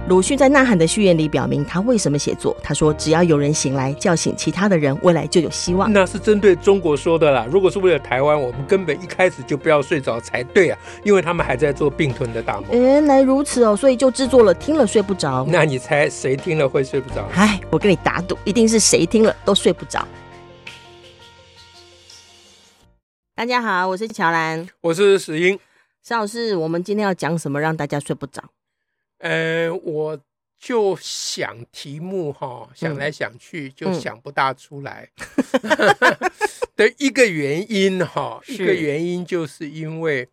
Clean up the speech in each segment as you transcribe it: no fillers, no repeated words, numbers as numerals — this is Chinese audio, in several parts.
鲁迅在《呐喊》的序言里表明他为什么写作，他说只要有人醒来叫醒其他的人，未来就有希望。 那是针对中国说的啦，如果是为了台湾，我们根本一开始就不要睡着才对啊，因为他们还在做并吞的大梦。 原来如此哦，所以就制作了听了睡不着。 那你猜谁听了会睡不着？ 哎，我跟你打赌，一定是谁听了都睡不着。大家好，我是乔兰， 我是史英。 石老师，我们今天要讲什么让大家睡不着？ 我就想题目哈，想来想去就想不大出来。的一个原因哈，一个原因就是因为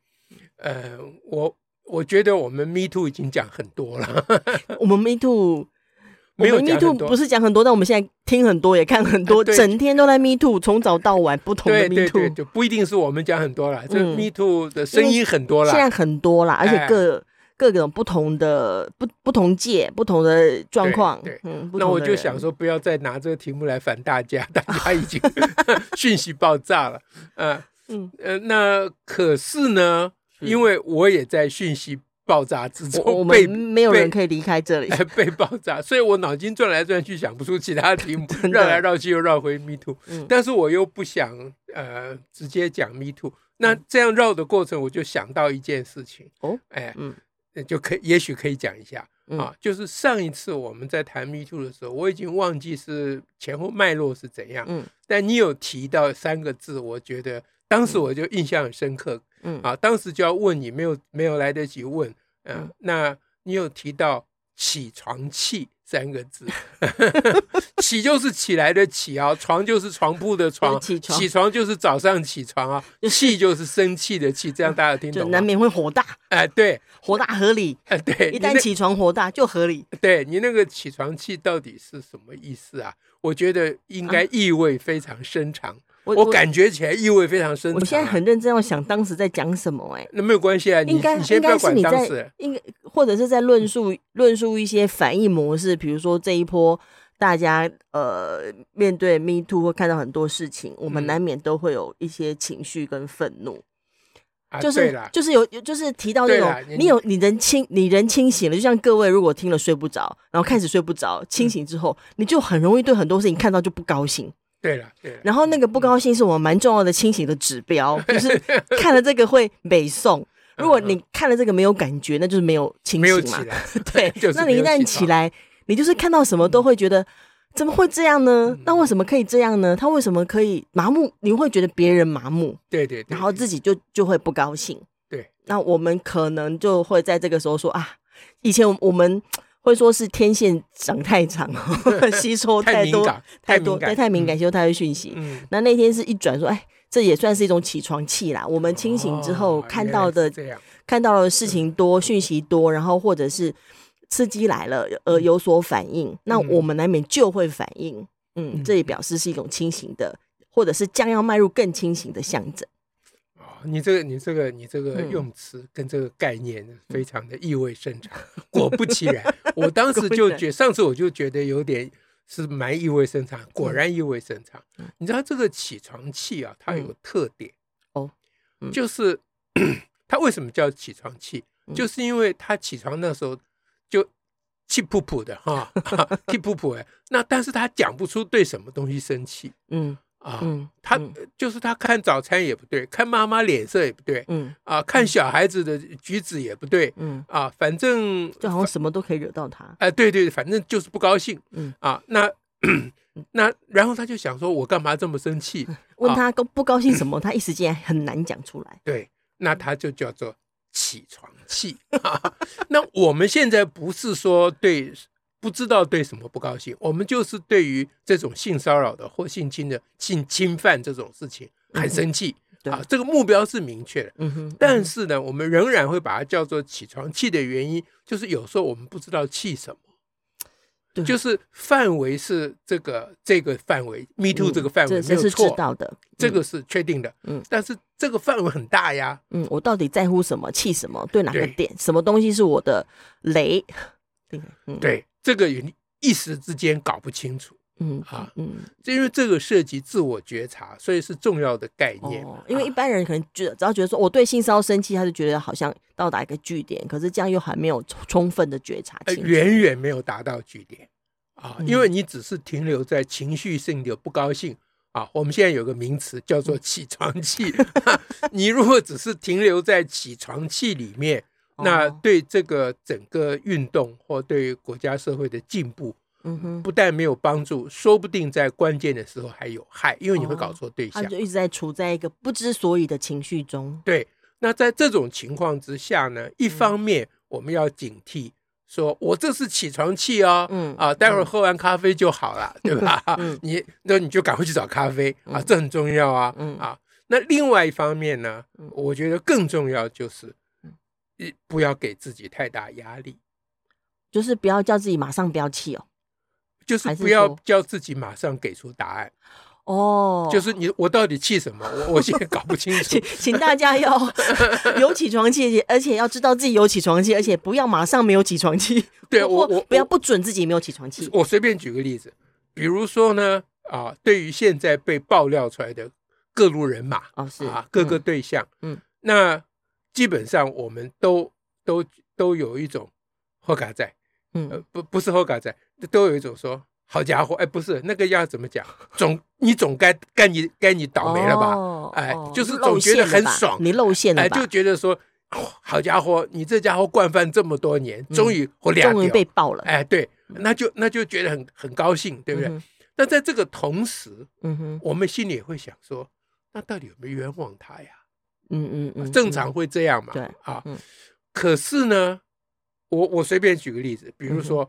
我觉得我们 Me Too 已经讲很多了。 我们 Me Too 没有讲很多， 不是讲很多，但我们现在听很多也看很多，整天都在 Me Too， 从早到晚不同的 Me Too。 对，不一定是我们讲很多啦，这 Me Too 的声音很多啦， 现在很多啦，而且各种不同的不同界不同的状况。 对，那我就想说，不要再拿这个题目来烦大家，大家已经讯息爆炸了。那可是呢，因为我也在讯息爆炸之中， 我们没有人可以离开这里， 被爆炸，所以我脑筋转来转去想不出其他题目，绕来绕去又绕回 Me Too，但是我又不想直接讲 Me Too， 那这样绕的过程，我就想到一件事情就也许可以讲一下就是上一次我们在谈 Me Too 的时候，我已经忘记是前后脉络是怎样，但你有提到3个字，我觉得当时我就印象很深刻，当时就要问你，没有来得及问，那你有提到起床气3个字，起就是起来的起啊，床就是床铺的床，起床就是早上起床啊，气就是生气的气，这样大家听懂吗？ 就难免会火大， 对， 火大合理， 对， 一旦起床火大就合理。 对，你那个起床气到底是什么意思啊？我觉得应该意味非常深长。我感觉起来意味非常深长。 我现在很认真要想当时在讲什么那没有关系啊，你先不要管当时， 或者是在论述一些反应模式，比如说这一波大家面对 Me Too 会看到很多事情，我们难免都会有一些情绪跟愤怒。就是提到这种，你人清醒了，就像各位如果听了睡不着，然后开始睡不着，清醒之后，你就很容易对很多事情看到就不高兴。 对了， 然后那个不高兴是我们蛮重要的清醒的指标，就是看了这个会美颂。如果你看了这个没有感觉，那就是没有清醒嘛。对，那你一旦起来，你就是看到什么都会觉得怎么会这样呢？那为什么可以这样呢？他为什么可以麻木？你会觉得别人麻木， 对， 然后自己就会不高兴。 对， 那我们可能就会在这个时候说以前我们会说是天线长太长，吸收太多，对，太敏感，吸收太多讯息。那天是一转说，这也算是一种起床气啦。我们清醒之后看到的事情多，讯息多，然后或者是刺激来了有所反应，那我们难免就会反应。这也表示是一种清醒的，或者是将要迈入更清醒的象征。 你这个用词跟这个概念非常的意味深长。果不其然，我当时就觉得，上次我就觉得有点是蛮意味深长，果然意味深长。你知道这个起床气啊，它有个特点就是它为什么叫起床气？就是因为它起床那时候就气噗噗的气噗噗那但是他讲不出对什么东西生气。他看早餐也不对，看妈妈脸色也不对，看小孩子的举止也不对，反正就好像什么都可以惹到他。 对，反正就是不高兴。那然后他就想说，我干嘛这么生气？ 问他不高兴什么，他一时间很难讲出来。 对，那他就叫做起床气。那我们现在不是说不知道对什么不高兴，我们就是对于这种性骚扰的或性侵犯这种事情很生气。这个目标是明确的。但是呢，我们仍然会把它叫做起床气的原因，就是有时候我们不知道气什么，就是范围是这个范围 ，Me Too 这个范围没有错， 这是知道的， 这个是确定的。但是这个范围很大呀。 我到底在乎什么？气什么？对哪个点？什么东西是我的雷？ 对，这个一时之间搞不清楚。 因为这个涉及自我觉察，所以是重要的概念。 因为一般人可能只要觉得说我对性骚扰生气，他就觉得好像到达一个据点，可是这样又还没有充分的觉察， 远远没有达到据点因为你只是停留在情绪性的不高兴我们现在有个名词叫做起床气你如果只是停留在起床气里面，那对这个整个运动或对国家社会的进步不但没有帮助，说不定在关键的时候还有害，因为你会搞错对象， 他就一直在处在一个不知所以的情绪中。 对，那在这种情况之下呢，一方面我们要警惕说我这是起床气待会儿喝完咖啡就好了，对吧？你就赶快去找咖啡这很重要那另外一方面呢，我觉得更重要就是不要给自己太大压力， 就是不要叫自己马上不要气就是不要叫自己马上给出答案就是我到底气什么我现在搞不清楚请大家要有起床气，而且要知道自己有起床气，而且不要马上没有起床气。 对， 我不要不准自己没有起床气。 我随便举个例子，比如说呢对于现在被爆料出来的各路人马各个对象那基本上我们都有一种后嘎仔不是后嘎仔，都有一种说好家伙不是那个要怎么讲，你总该你倒霉了吧就是总觉得很爽， 你露馅了吧就觉得说好家伙，你这家伙惯犯这么多年终于被爆了对，那就觉得很高兴，对不对那在这个同时我们心里也会想说，那到底有没有冤枉他呀正常会这样嘛对可是呢我随便举个例子，比如说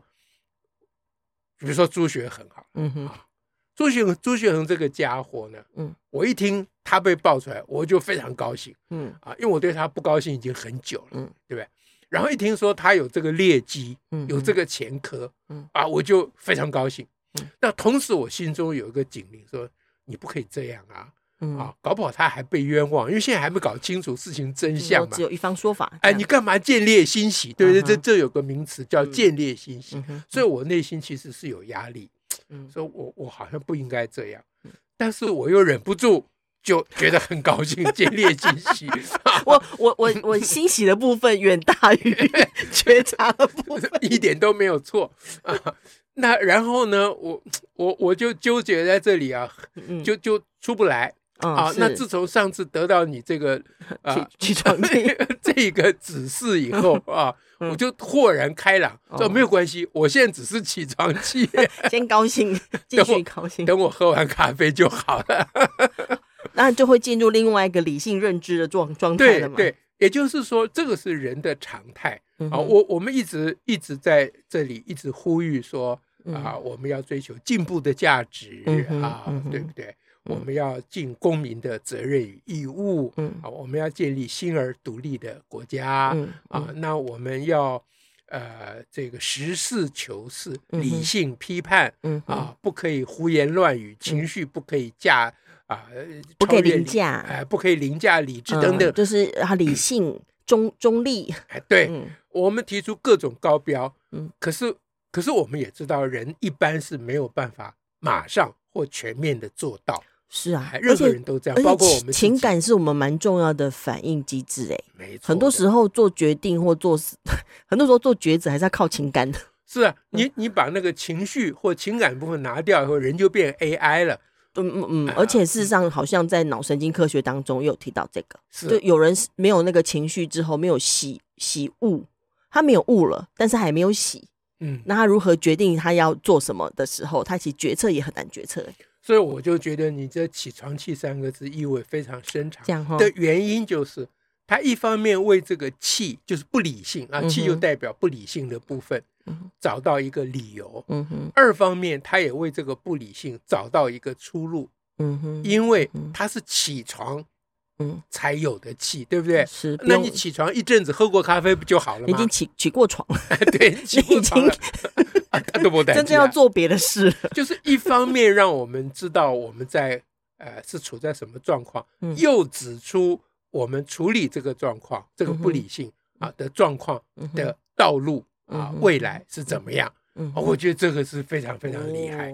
朱学恒朱学恒这个家伙呢我一听他被爆出来我就非常高兴因为我对他不高兴已经很久了对不对？然后一听说他有这个劣迹有这个前科我就非常高兴那同时我心中有一个警铃说你不可以这样搞不好他还被冤枉，因为现在还没搞清楚事情真相嘛， 只有一方说法你干嘛见猎心喜，对不对这有个名词叫见猎心喜所以我内心其实是有压力说我好像不应该这样但是我又忍不住就觉得很高兴见猎心喜我欣喜的部分远大于觉察的部分一点都没有错那然后呢我就纠结在这里就出不来那自从上次得到你这个起床气这个指示以后我就豁然开朗说没有关系，我现在只是起床气先高兴继续高兴， 等我喝完咖啡就好了那就会进入另外一个理性认知的状态了嘛。 对，也就是说这个是人的常态我们一直在这里一直呼吁说我们要追求进步的价值对不对我们要尽公民的责任与义务我们要建立新而独立的国家那我们要这个实事求是理性批判不可以胡言乱语情绪不可以不可以凌驾不可以凌驾理智等等就是理性中立对我们提出各种高标可是我们也知道人一般是没有办法马上或全面的做到是任何人都这样包括我们情感是我们蛮重要的反应机制没错很多时候做决定或很多时候做抉择还是要靠情感的是你把那个情绪或情感部分拿掉以后人就变 AI 了而且事实上好像在脑神经科学当中也有提到这个就有人没有那个情绪之后没有喜恶他没有恶了但是还没有喜那他如何决定他要做什么的时候他其实决策也很难决策所以我就觉得你这起床气3个字意味非常深长的原因就是他一方面为这个气就是不理性气就代表不理性的部分找到一个理由二方面他也为这个不理性找到一个出路因为他是起床才有的气对不对是那你起床一阵子喝过咖啡不就好了吗已经起过床了对起过床了他都不真正要做别的事了就是一方面让我们知道我们在是处在什么状况又指出我们处理这个状况这个不理性的状况的道路未来是怎么样我觉得这个是非常非常厉害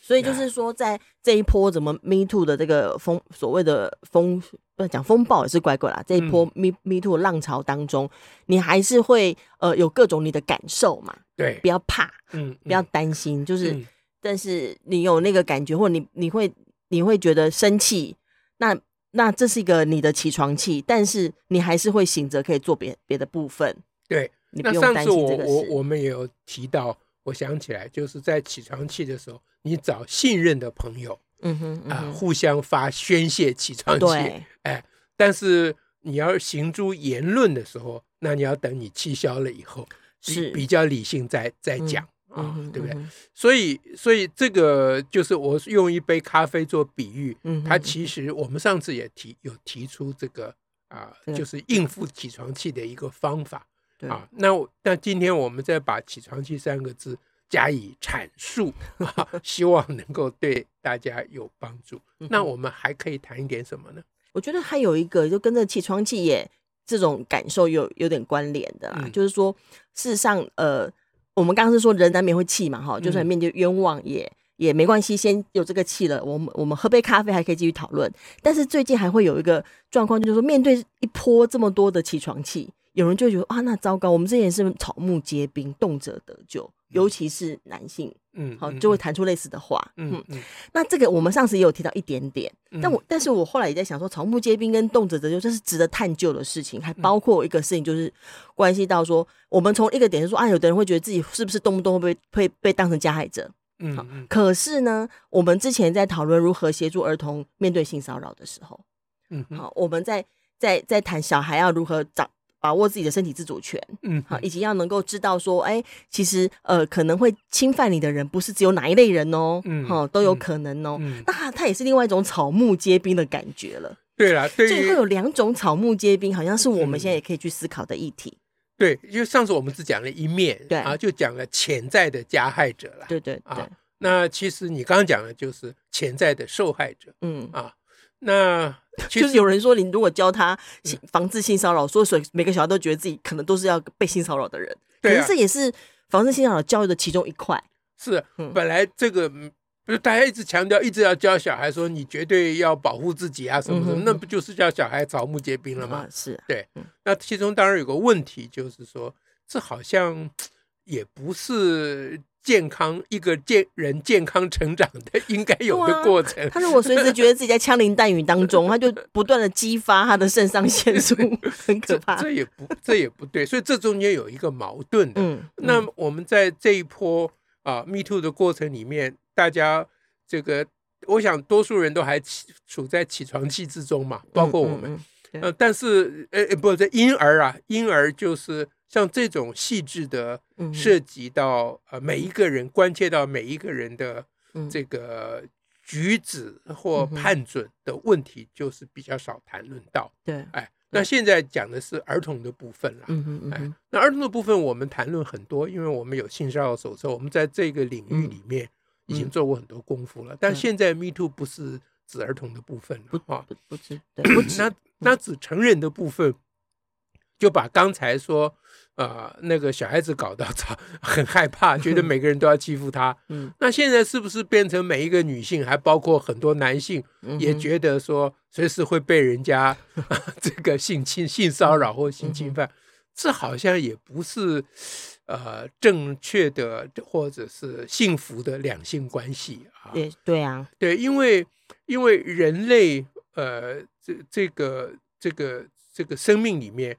所以就是说，在这一波怎么 Me Too 的这个所谓的不讲风暴也是怪怪啦，这一波 Me Too 浪潮当中，你还是会有各种你的感受嘛， 对， 不要怕，不要担心，就是，但是你有那个感觉，或你会觉得生气，那这是一个你的起床气，但是你还是会醒着可以做别的部分。 对，那上次我们也有提到，我想起来就是在起床气的时候，你找信任的朋友，互相宣泄起床气，但是你要行诸言论的时候，那你要等你气消了以后，是比较理性再讲。对不对？所以这个就是我用一杯咖啡做比喻，它其实我们上次也有提出这个就是应付起床气的一个方法啊。那今天我们再把起床气3个字加以阐述希望能够对大家有帮助。那我们还可以谈一点什么呢？ 我觉得还有一个就跟着起床气也这种感受有点关联的啦，就是说事实上我们刚刚是说人难免会气嘛，就算面对冤枉也没关系，先有这个气了，我们喝杯咖啡还可以继续讨论。但是最近还会有一个状况，就是说面对一波这么多的起床气，有人就觉得那糟糕，我们之前是草木皆兵，动辄得咎，尤其是男性，就会谈出类似的话。那这个我们上次也有提到一点点，但是我后来也在想说，草木皆兵跟动辄得咎这是值得探究的事情，还包括一个事情，就是关系到说，我们从一个点是说有的人会觉得自己是不是动不动会被当成加害者。可是呢，我们之前在讨论如何协助儿童面对性骚扰的时候，我们在谈小孩要如何把握自己的身体自主权，以及要能够知道说，其实可能会侵犯你的人不是只有哪一类人哦，都有可能哦。那它也是另外一种草木皆兵的感觉了。 对啦， 所以会有2种草木皆兵，好像是我们现在也可以去思考的议题。 对，因为上次我们只讲了一面，就讲了潜在的加害者了。 对， 那其实你刚刚讲的就是潜在的受害者。那就是有人说，你如果教他防治性骚扰，所以每个小孩都觉得自己可能都是要被性骚扰的人，可是这也是防治性骚扰教育的其中一块。 是，本来这个不是大家一直强调，一直要教小孩说你绝对要保护自己啊什么什么，那不就是叫小孩草木皆兵了吗？ 是， 对。那其中当然有个问题，就是说这好像也不是一个人健康成长的应该有的过程。 他如果随时觉得自己在枪林弹雨当中，他就不断的激发他的肾上腺素，很可怕。 这也不对，所以这中间有一个矛盾的。那我们在这一波Me Too 的过程里面，大家这个我想多数人都还处在起床气之中嘛，包括我们。但是不是婴儿就是像这种细致的涉及到每一个人，关切到每一个人的这个举止或判准的问题，就是比较少谈论到。 对， 那现在讲的是儿童的部分了。那儿童的部分我们谈论很多，因为我们有性骚扰手册，我们在这个领域里面已经做过很多功夫了。但现在 Me Too 不是指儿童的部分了， 不止。 那指成人的部分，就把刚才说那个小孩子搞到很害怕，觉得每个人都要欺负他。那现在是不是变成每一个女性，还包括很多男性，也觉得说随时会被人家这个性骚扰或性侵犯？这好像也不是正确的或者是幸福的两性关系啊。 对啊， 对，因为人类这个生命里面，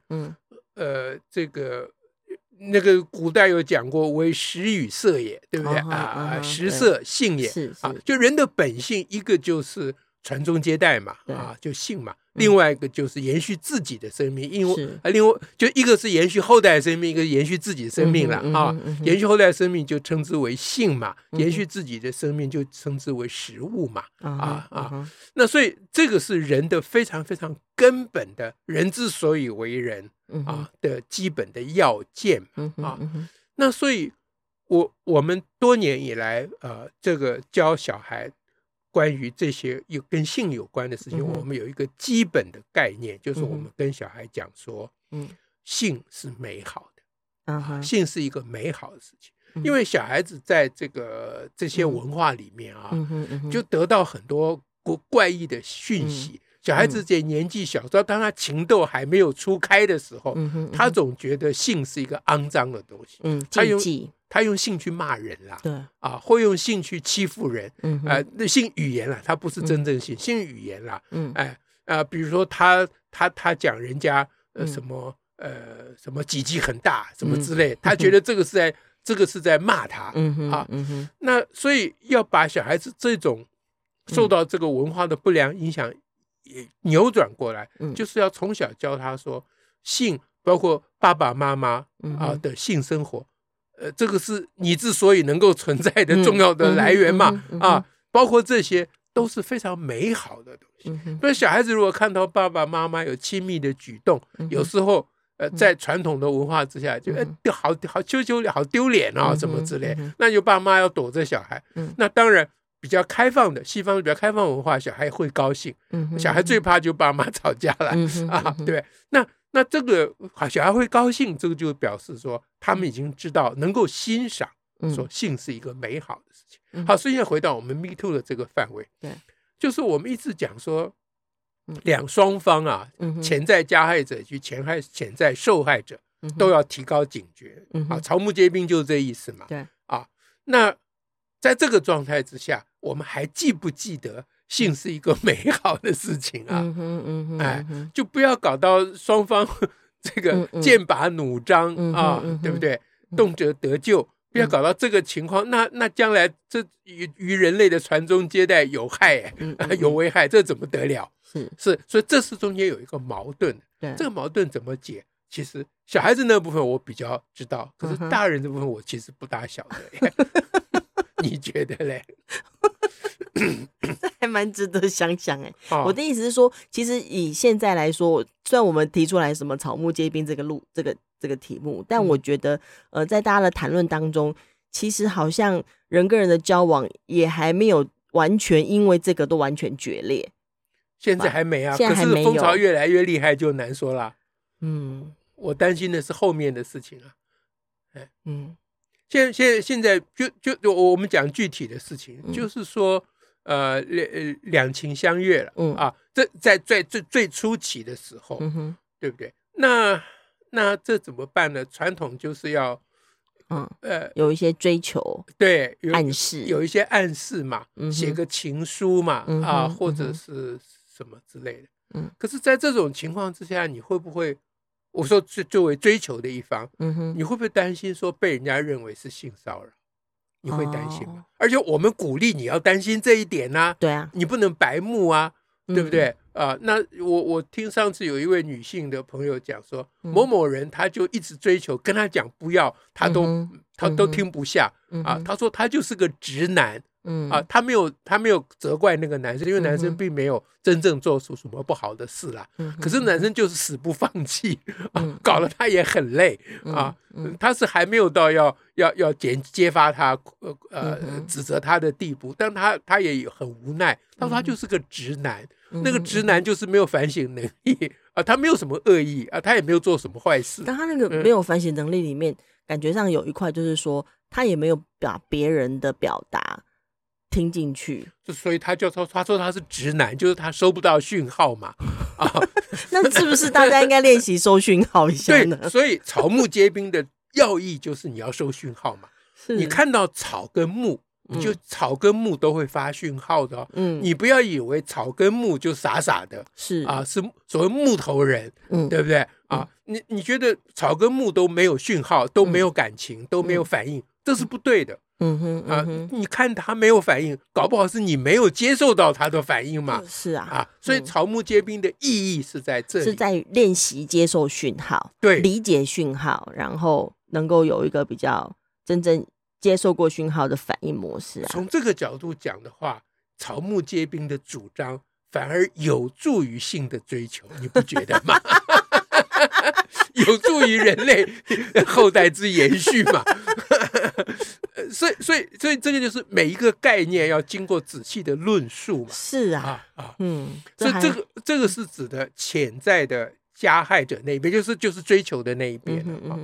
那个古代有讲过为食与色也，对不对？食色性也，就人的本性，一个就是传宗接代嘛，就性嘛。另外一个就是延续自己的生命，因为另外就一个是延续后代的生命，一个是延续自己的生命了延续后代的生命就称之为性嘛，延续自己的生命就称之为食物嘛，那所以这个是人的非常非常根本的，人之所以为人的基本的要件那所以我们多年以来这个教小孩关于这些跟性有关的事情，我们有一个基本的概念，就是我们跟小孩讲说，性是美好的，性是一个美好的事情。 因为小孩子在这些文化里面啊，就得到很多怪异的讯息。小孩子在年纪小，当他情窦还没有初开的时候，他总觉得性是一个肮脏的东西，他用性去骂人啦， 对啊，会用性去欺负人，那性语言啦，他不是真正性，性语言啦，比如说他讲人家什么鸡鸡很大什么之类，他觉得这个是在骂他啊，那所以要把小孩子这种受到这个文化的不良影响扭转过来，就是要从小教他说性，包括爸爸妈妈的性生活，这个是你之所以能够存在的重要的来源嘛，包括这些都是非常美好的东西。所以小孩子如果看到爸爸妈妈有亲密的举动，有时候在传统的文化之下就好丢脸啊什么之类，那就爸妈要躲着小孩，那当然比较开放的西方比较开放文化，小孩会高兴，小孩最怕就爸妈吵架了对，那这个小孩会高兴，这个就表示说他们已经知道能够欣赏说性是一个美好的事情。好，所以现在回到我们 Me Too 的这个范围，对，就是我们一直讲说双方啊，潜在加害者及潜在受害者都要提高警觉草木皆兵就是这意思嘛，对那在这个状态之下，我们还记不记得性是一个美好的事情啊？就不要搞到双方这个剑拔弩张对不对？动辄得咎，不要搞到这个情况。那将来这于人类的传宗接代有害有危害，这怎么得了？是，所以这是中间有一个矛盾。这个矛盾怎么解？其实小孩子那部分我比较知道，可是大人这部分我其实不大晓得。你觉得嘞？ 这还蛮值得想想我的意思是说，其实以现在来说，虽然我们提出来什么草木皆兵这个题目，但我觉得在大家的谈论当中，其实好像人跟人的交往也还没有完全因为这个都完全决裂。 现在还没啊，可是风潮越来越厉害就难说啦。我担心的是后面的事情啊。现在就我们讲具体的事情，就是说两情相悦了这在最初期的时候，对不对？那这怎么办呢？传统就是要有一些追求， 对， 暗示， 有一些暗示嘛，写个情书嘛或者是什么之类的。可是在这种情况之下，你会不会？我说作为追求的一方，你会不会担心说被人家认为是性骚扰？你会担心吗？而且我们鼓励你要担心这一点啊， 对啊， 你不能白目啊，对不对？那我听上次有一位女性的朋友讲说，某某人他就一直追求，跟他讲不要，他都听不下他说他就是个直男。他没有责怪那个男生，因为男生并没有真正做出什么不好的事啦。可是男生就是死不放弃搞得他也很累他是还没有到要揭发他指责他的地步，但他也很无奈。他说他就是个直男，那个直男就是没有反省能力他没有什么恶意他也没有做什么坏事。 但他那个没有反省能力里面，感觉上有一块就是说，他也没有把别人的表达听进去， 所以他说他是直男，就是他收不到讯号嘛那是不是大家应该练习收讯号一下呢？ 对，所以草木皆兵的要义就是你要收讯号嘛。你看到草跟木，你就草跟木都会发讯号的你不要以为草跟木就傻傻的，是所谓木头人，对不对你觉得草跟木都没有讯号，都没有感情，都没有反应，这是不对的。你看他没有反应，搞不好是你没有接受到他的反应嘛。 是啊所以草木皆兵的意义是在这里， 是在练习接受讯号，对，理解讯号，然后能够有一个比较真正接受过讯号的反应模式从这个角度讲的话，草木皆兵的主张反而有助于性的追求，你不觉得吗？有助于人类后代之延续嘛。所以这个就是每一个概念要经过仔细的论述嘛。 是所以这个是指的潜在的加害者那一边，就是追求的那一边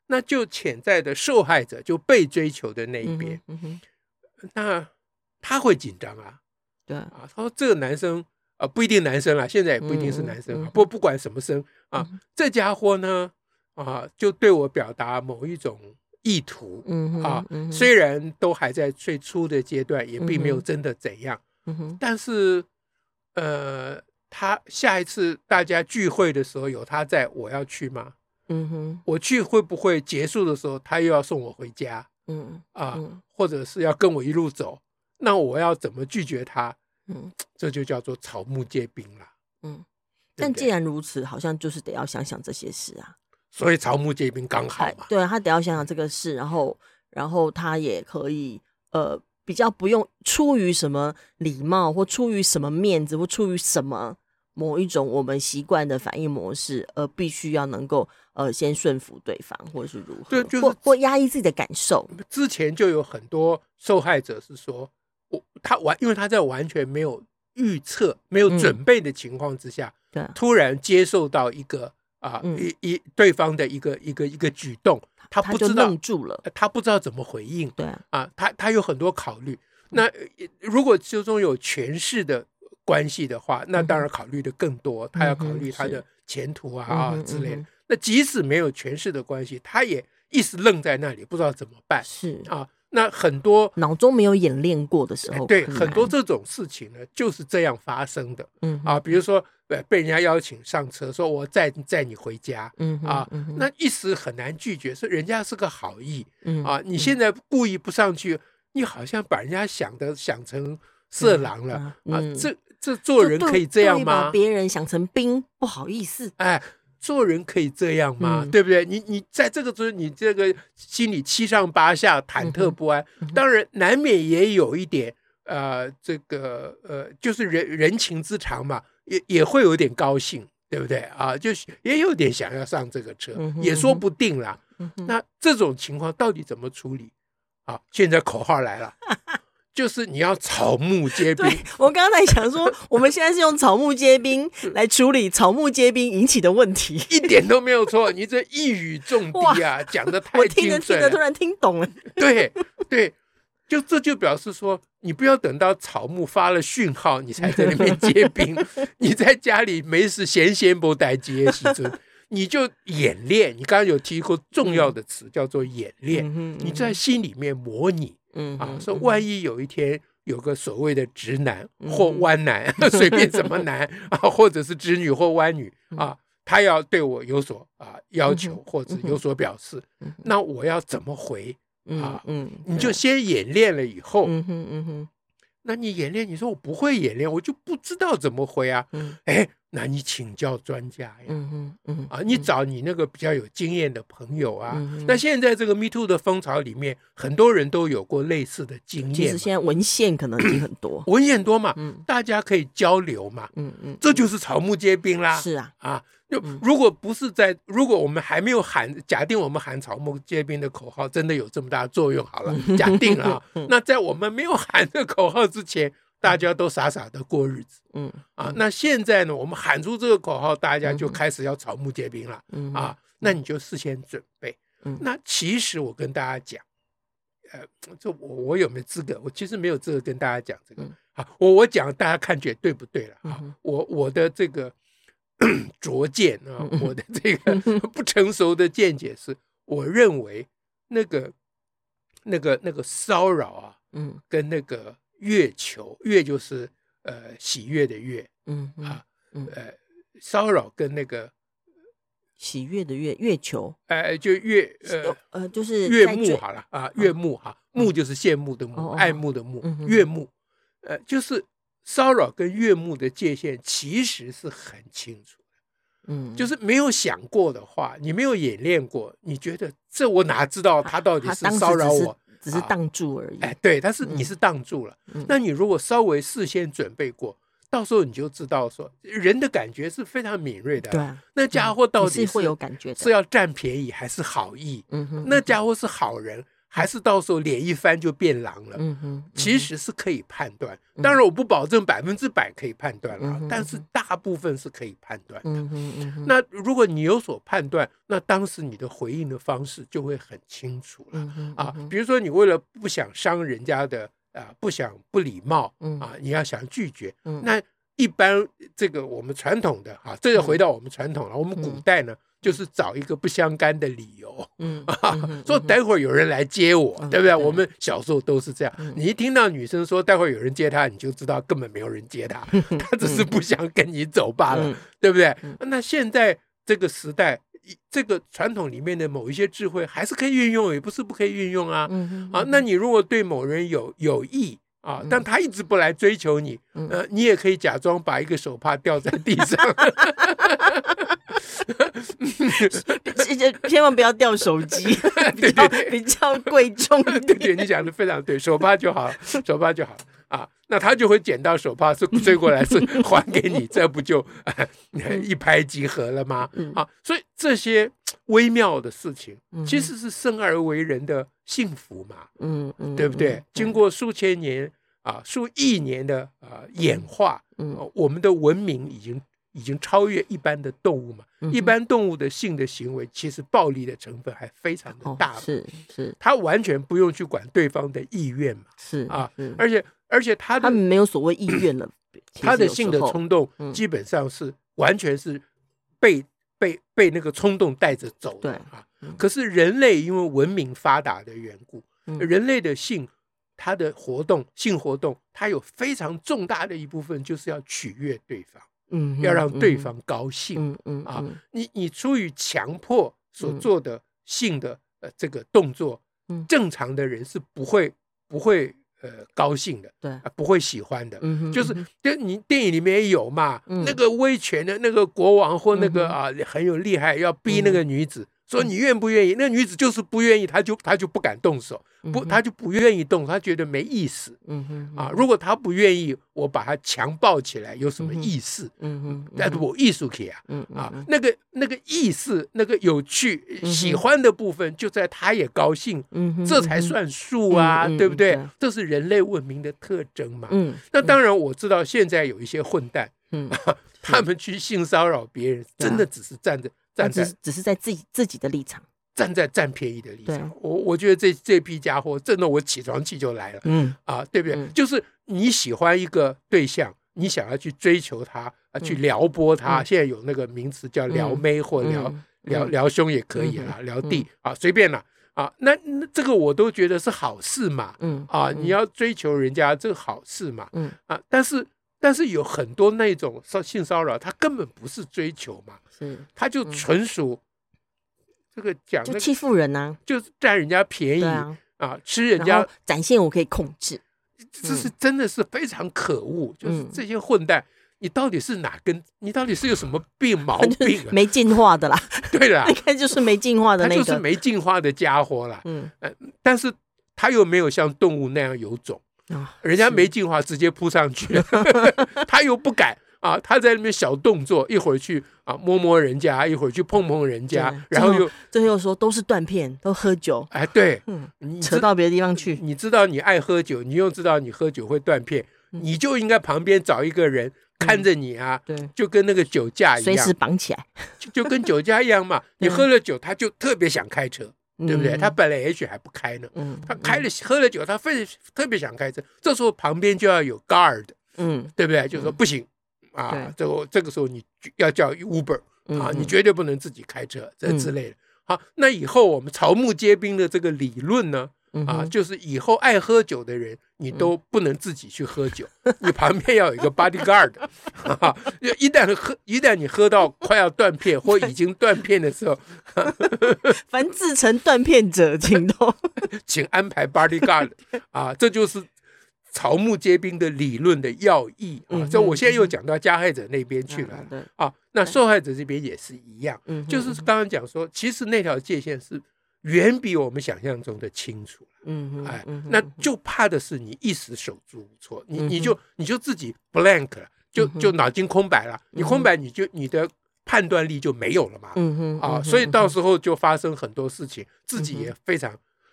那就潜在的受害者，就被追求的那一边，那他会紧张啊， 对啊，他说这个男生不一定男生啦，现在也不一定是男生，不管什么生啊，这家伙呢就对我表达某一种意图虽然都还在最初的阶段，也并没有真的怎样，但是他下一次大家聚会的时候有他在，我要去吗？我去会不会结束的时候他又要送我回家？或者是要跟我一路走，那我要怎么拒绝他？这就叫做草木皆兵了。 但既然如此，好像就是得要想想这些事啊。 所以草木皆兵刚好嘛。 对，他得要想想这个事，然后他也可以比较不用出于什么礼貌，或出于什么面子，或出于什么某一种我们习惯的反应模式，而必须要能够先顺服对方，或者是如何，对，或压抑自己的感受。 之前就有很多受害者是说，因为他在完全没有预测、没有准备的情况之下，突然接受到一个对方的一个举动，他不知道， 愣住了， 他不知道怎么回应。 对他有很多考虑。那如果其中有权势的关系的话，那当然考虑的更多，他要考虑他的前途之类的。那即使没有权势的关系，他也一时愣在那里，不知道怎么办。 是那很多脑中没有演练过的时候， 对，很多这种事情呢就是这样发生的。比如说被人家邀请上车，说我载你回家，那一时很难拒绝，说人家是个好意，你现在故意不上去，你好像把人家想成色狼了，这做人可以这样吗？ 把别人想成兵，不好意思， 做人可以这样吗？对不对？你在这个时候，你这个心里七上八下、忐忑不安，当然难免也有一点就是人情之常嘛，也会有点高兴，对不对就是也有点想要上这个车，也说不定啦。那这种情况到底怎么处理？现在口号来了。就是你要草木皆兵。 对，我刚才想说，我们现在是用草木皆兵来处理草木皆兵引起的问题， 一点都没有错。你这一语中的讲得太精准了， 我听着突然听懂了。 对，这就表示说，你不要等到草木发了讯号，你才在那边接兵。你在家里没事闲不待接时阵，你就演练。你刚刚有提过重要的词，叫做演练。你在心里面模拟。说万一有一天有个所谓的直男或弯男，随便什么男或者是直女或弯女他要对我有所要求或者有所表示，那我要怎么回你就先演练了以后，那你演练，你说我不会演练，我就不知道怎么回那你请教专家呀，你找你那个比较有经验的朋友那现在这个 Me Too 的风潮里面，很多人都有过类似的经验。 其实现在文献可能已经很多， 文献多嘛，大家可以交流嘛，这就是草木皆兵啦。 是如果我们还没有假定我们喊草木皆兵的口号真的有这么大的作用好了，假定那在我们没有喊这个口号之前，大家都傻傻的过日子，那现在呢，我们喊出这个口号，大家就开始要草木皆兵了，那你就事先准备。那其实我跟大家讲，我有没有资格？我其实没有资格跟大家讲这个。我讲大家看觉对不对了我的这个拙见我的这个不成熟的见解是，我认为那个骚扰跟那个月求，月就是喜悦的悦，骚扰跟那个喜悦的悦，月求， 就就是悦目好了悦目目就是羡慕的目，爱慕的目，悦目，就是骚扰跟悦目的界限其实是很清楚的，就是没有想过的话，你没有演练过，你觉得这我哪知道他到底是骚扰我？ 只是当住而已。 对，你是当住了。那你如果稍微事先准备过，到时候你就知道说，人的感觉是非常敏锐的。 对那家伙到底是会有感觉的， 是要占便宜还是好意？那家伙是好人还是到时候脸一翻就变狼了？其实是可以判断。当然我不保证100%可以判断了，但是大部分是可以判断的。那如果你有所判断，那当时你的回应的方式就会很清楚了。比如说你为了不想伤人家的不想不礼貌你要想拒绝，那一般这个我们传统的这个回到我们传统了，我们古代呢就是找一个不相干的理由，说待会儿有人来接我，对不对？我们小时候都是这样。你一听到女生说待会儿有人接她，你就知道根本没有人接她，她只是不想跟你走罢了，对不对？那现在这个时代，这个传统里面的某一些智慧还是可以运用，也不是不可以运用啊。那你如果对某人有意但他一直不来追求你，你也可以假装把一个手帕掉在地上。 千万不要掉手机，比较贵重。 对，你讲的非常对，手帕就好，手帕就好那他就会捡到手帕，是追过来是还给你，这不就一拍即合了吗？所以这些微妙的事情，其实是生而为人的幸福嘛，对不对？经过数千年数亿年的演化，我们的文明已经超越一般的动物嘛。一般动物的性的行为，其实暴力的成分还非常的大， 是， 他完全不用去管对方的意愿嘛，而且他们没有所谓意愿了， 他的性的冲动基本上是完全是被那个冲动带着走的可是人类因为文明发达的缘故，人类的性他的性活动，他有非常重大的一部分就是要取悦对方，要让对方高兴你出于强迫所做的性的这个动作，正常的人是不会高兴的， 对不会喜欢的，就是你电影里面也有嘛，那个威权的那个国王或那个很有厉害，要逼那个女子说你愿不愿意，那女子就是不愿意，她就不敢动手，她就不愿意动，她觉得没意思如果她不愿意，我把她强抱起来有什么意思？但是我艺术可以那个意思，那个有趣喜欢的部分就在她也高兴，这才算数对不对？这是人类文明的特征嘛。那当然我知道现在有一些混蛋他们去性骚扰别人，真的只是只是在自己的立场， 站在占便宜的立场。我觉得这批家伙真的我起床气就来了对不对？就是你喜欢一个对象，你想要去追求他去撩拨他，现在有那个名词叫撩妹或撩兄也可以撩弟随便啦那这个我都觉得是好事嘛你要追求人家这个好事嘛但是有很多那种性骚扰，他根本不是追求嘛，他就纯属这个讲就欺负人就是占人家便宜吃人家， 展现我可以控制， 这是真的是非常可恶。就是这些混蛋，你到底是你到底是有什么毛病没进化的啦， 对啦， 应该就是没进化的那个， 他就是没进化的家伙啦。但是他又没有像动物那样有种。人家没进化直接扑上去他又不敢他在那边小动作，一会儿去摸人家，一会儿去碰人家，然后最后说都是断片，都喝酒对扯到别的地方去。 你知道你爱喝酒，你又知道你喝酒会断片，你就应该旁边找一个人看着你对， 就跟那个酒驾一样， 随时绑起来就跟酒驾一样嘛你喝了酒他就特别想开车，对不对？他本来也许还不开呢，他喝了酒，他特别想开车，这时候旁边就要有 guard，对不对？就是说不行这个时候你要叫 Uber 你绝对不能自己开车这之类的。好，那以后我们草木皆兵的这个理论呢就是以后爱喝酒的人你都不能自己去喝酒，你旁边要有一个 bodyguard 一旦你喝到快要断片或已经断片的时候凡自成断片者请安排 bodyguard 这就是草木皆兵的理论的要义所以我现在又讲到加害者那边去了那受害者这边也是一样就是刚刚讲说其实那条界限是远比我们想象中的清楚那就怕的是你一时手足无措，你就自己 blank 了，就脑筋空白了，你空白你的判断力就没有了嘛所以到时候就发生很多事情，自己也非常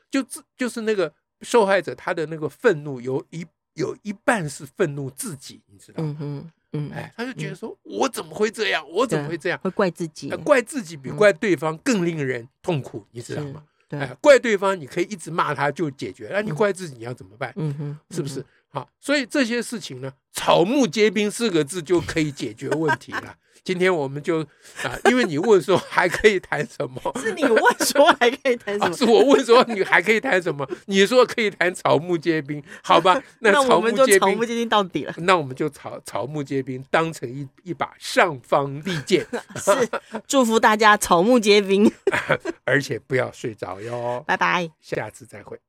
就是那个受害者他的那个愤怒有一半是愤怒自己，你知道吗？他就觉得说，我怎么会这样？我怎么会这样？ 会怪自己， 怪自己比怪对方更令人痛苦，你知道吗？怪对方你可以一直骂他就解决，那你怪自己你要怎么办？是不是？好，所以这些事情呢，草木皆兵4个字就可以解决问题了。今天我们就因为你问说还可以谈什么， 是你问说还可以谈什么？ 是我问说你还可以谈什么？你说可以谈草木皆兵，好吧？ 那我们就草木皆兵到底了。 那我们就草木皆兵当成一把尚方利剑。 是，祝福大家草木皆兵， 而且不要睡着哟。 拜拜， 下次再会。